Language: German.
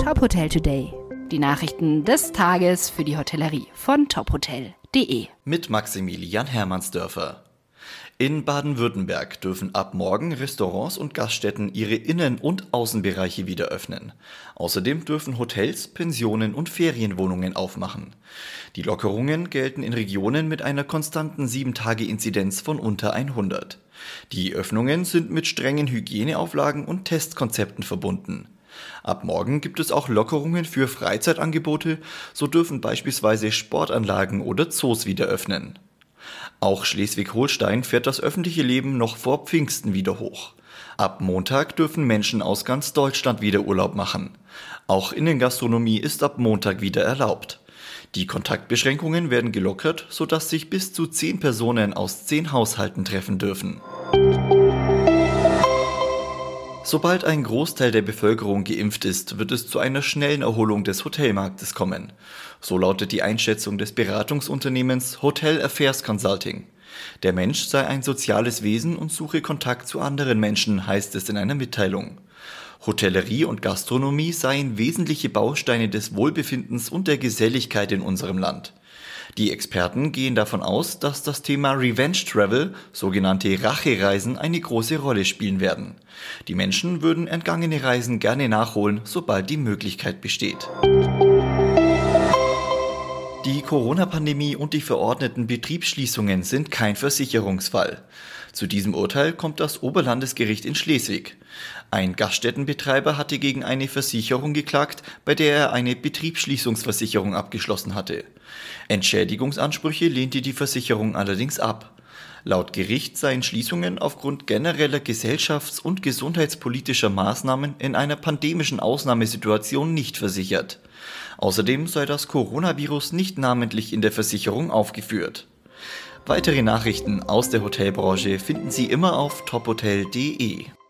Top Hotel Today. Die Nachrichten des Tages für die Hotellerie von tophotel.de. Mit Maximilian Hermannsdörfer. In Baden-Württemberg dürfen ab morgen Restaurants und Gaststätten ihre Innen- und Außenbereiche wieder öffnen. Außerdem dürfen Hotels, Pensionen und Ferienwohnungen aufmachen. Die Lockerungen gelten in Regionen mit einer konstanten 7-Tage-Inzidenz von unter 100. Die Öffnungen sind mit strengen Hygieneauflagen und Testkonzepten verbunden. Ab morgen gibt es auch Lockerungen für Freizeitangebote, so dürfen beispielsweise Sportanlagen oder Zoos wieder öffnen. Auch Schleswig-Holstein fährt das öffentliche Leben noch vor Pfingsten wieder hoch. Ab Montag dürfen Menschen aus ganz Deutschland wieder Urlaub machen. Auch Innengastronomie ist ab Montag wieder erlaubt. Die Kontaktbeschränkungen werden gelockert, sodass sich bis zu 10 Personen aus 10 Haushalten treffen dürfen. Sobald ein Großteil der Bevölkerung geimpft ist, wird es zu einer schnellen Erholung des Hotelmarktes kommen. So lautet die Einschätzung des Beratungsunternehmens Hotel Affairs Consulting. Der Mensch sei ein soziales Wesen und suche Kontakt zu anderen Menschen, heißt es in einer Mitteilung. Hotellerie und Gastronomie seien wesentliche Bausteine des Wohlbefindens und der Geselligkeit in unserem Land. Die Experten gehen davon aus, dass das Thema Revenge Travel, sogenannte Rachereisen, eine große Rolle spielen werden. Die Menschen würden entgangene Reisen gerne nachholen, sobald die Möglichkeit besteht. Die Corona-Pandemie und die verordneten Betriebsschließungen sind kein Versicherungsfall. Zu diesem Urteil kommt das Oberlandesgericht in Schleswig. Ein Gaststättenbetreiber hatte gegen eine Versicherung geklagt, bei der er eine Betriebsschließungsversicherung abgeschlossen hatte. Entschädigungsansprüche lehnte die Versicherung allerdings ab. Laut Gericht seien Schließungen aufgrund genereller gesellschafts- und gesundheitspolitischer Maßnahmen in einer pandemischen Ausnahmesituation nicht versichert. Außerdem sei das Coronavirus nicht namentlich in der Versicherung aufgeführt. Weitere Nachrichten aus der Hotelbranche finden Sie immer auf tophotel.de.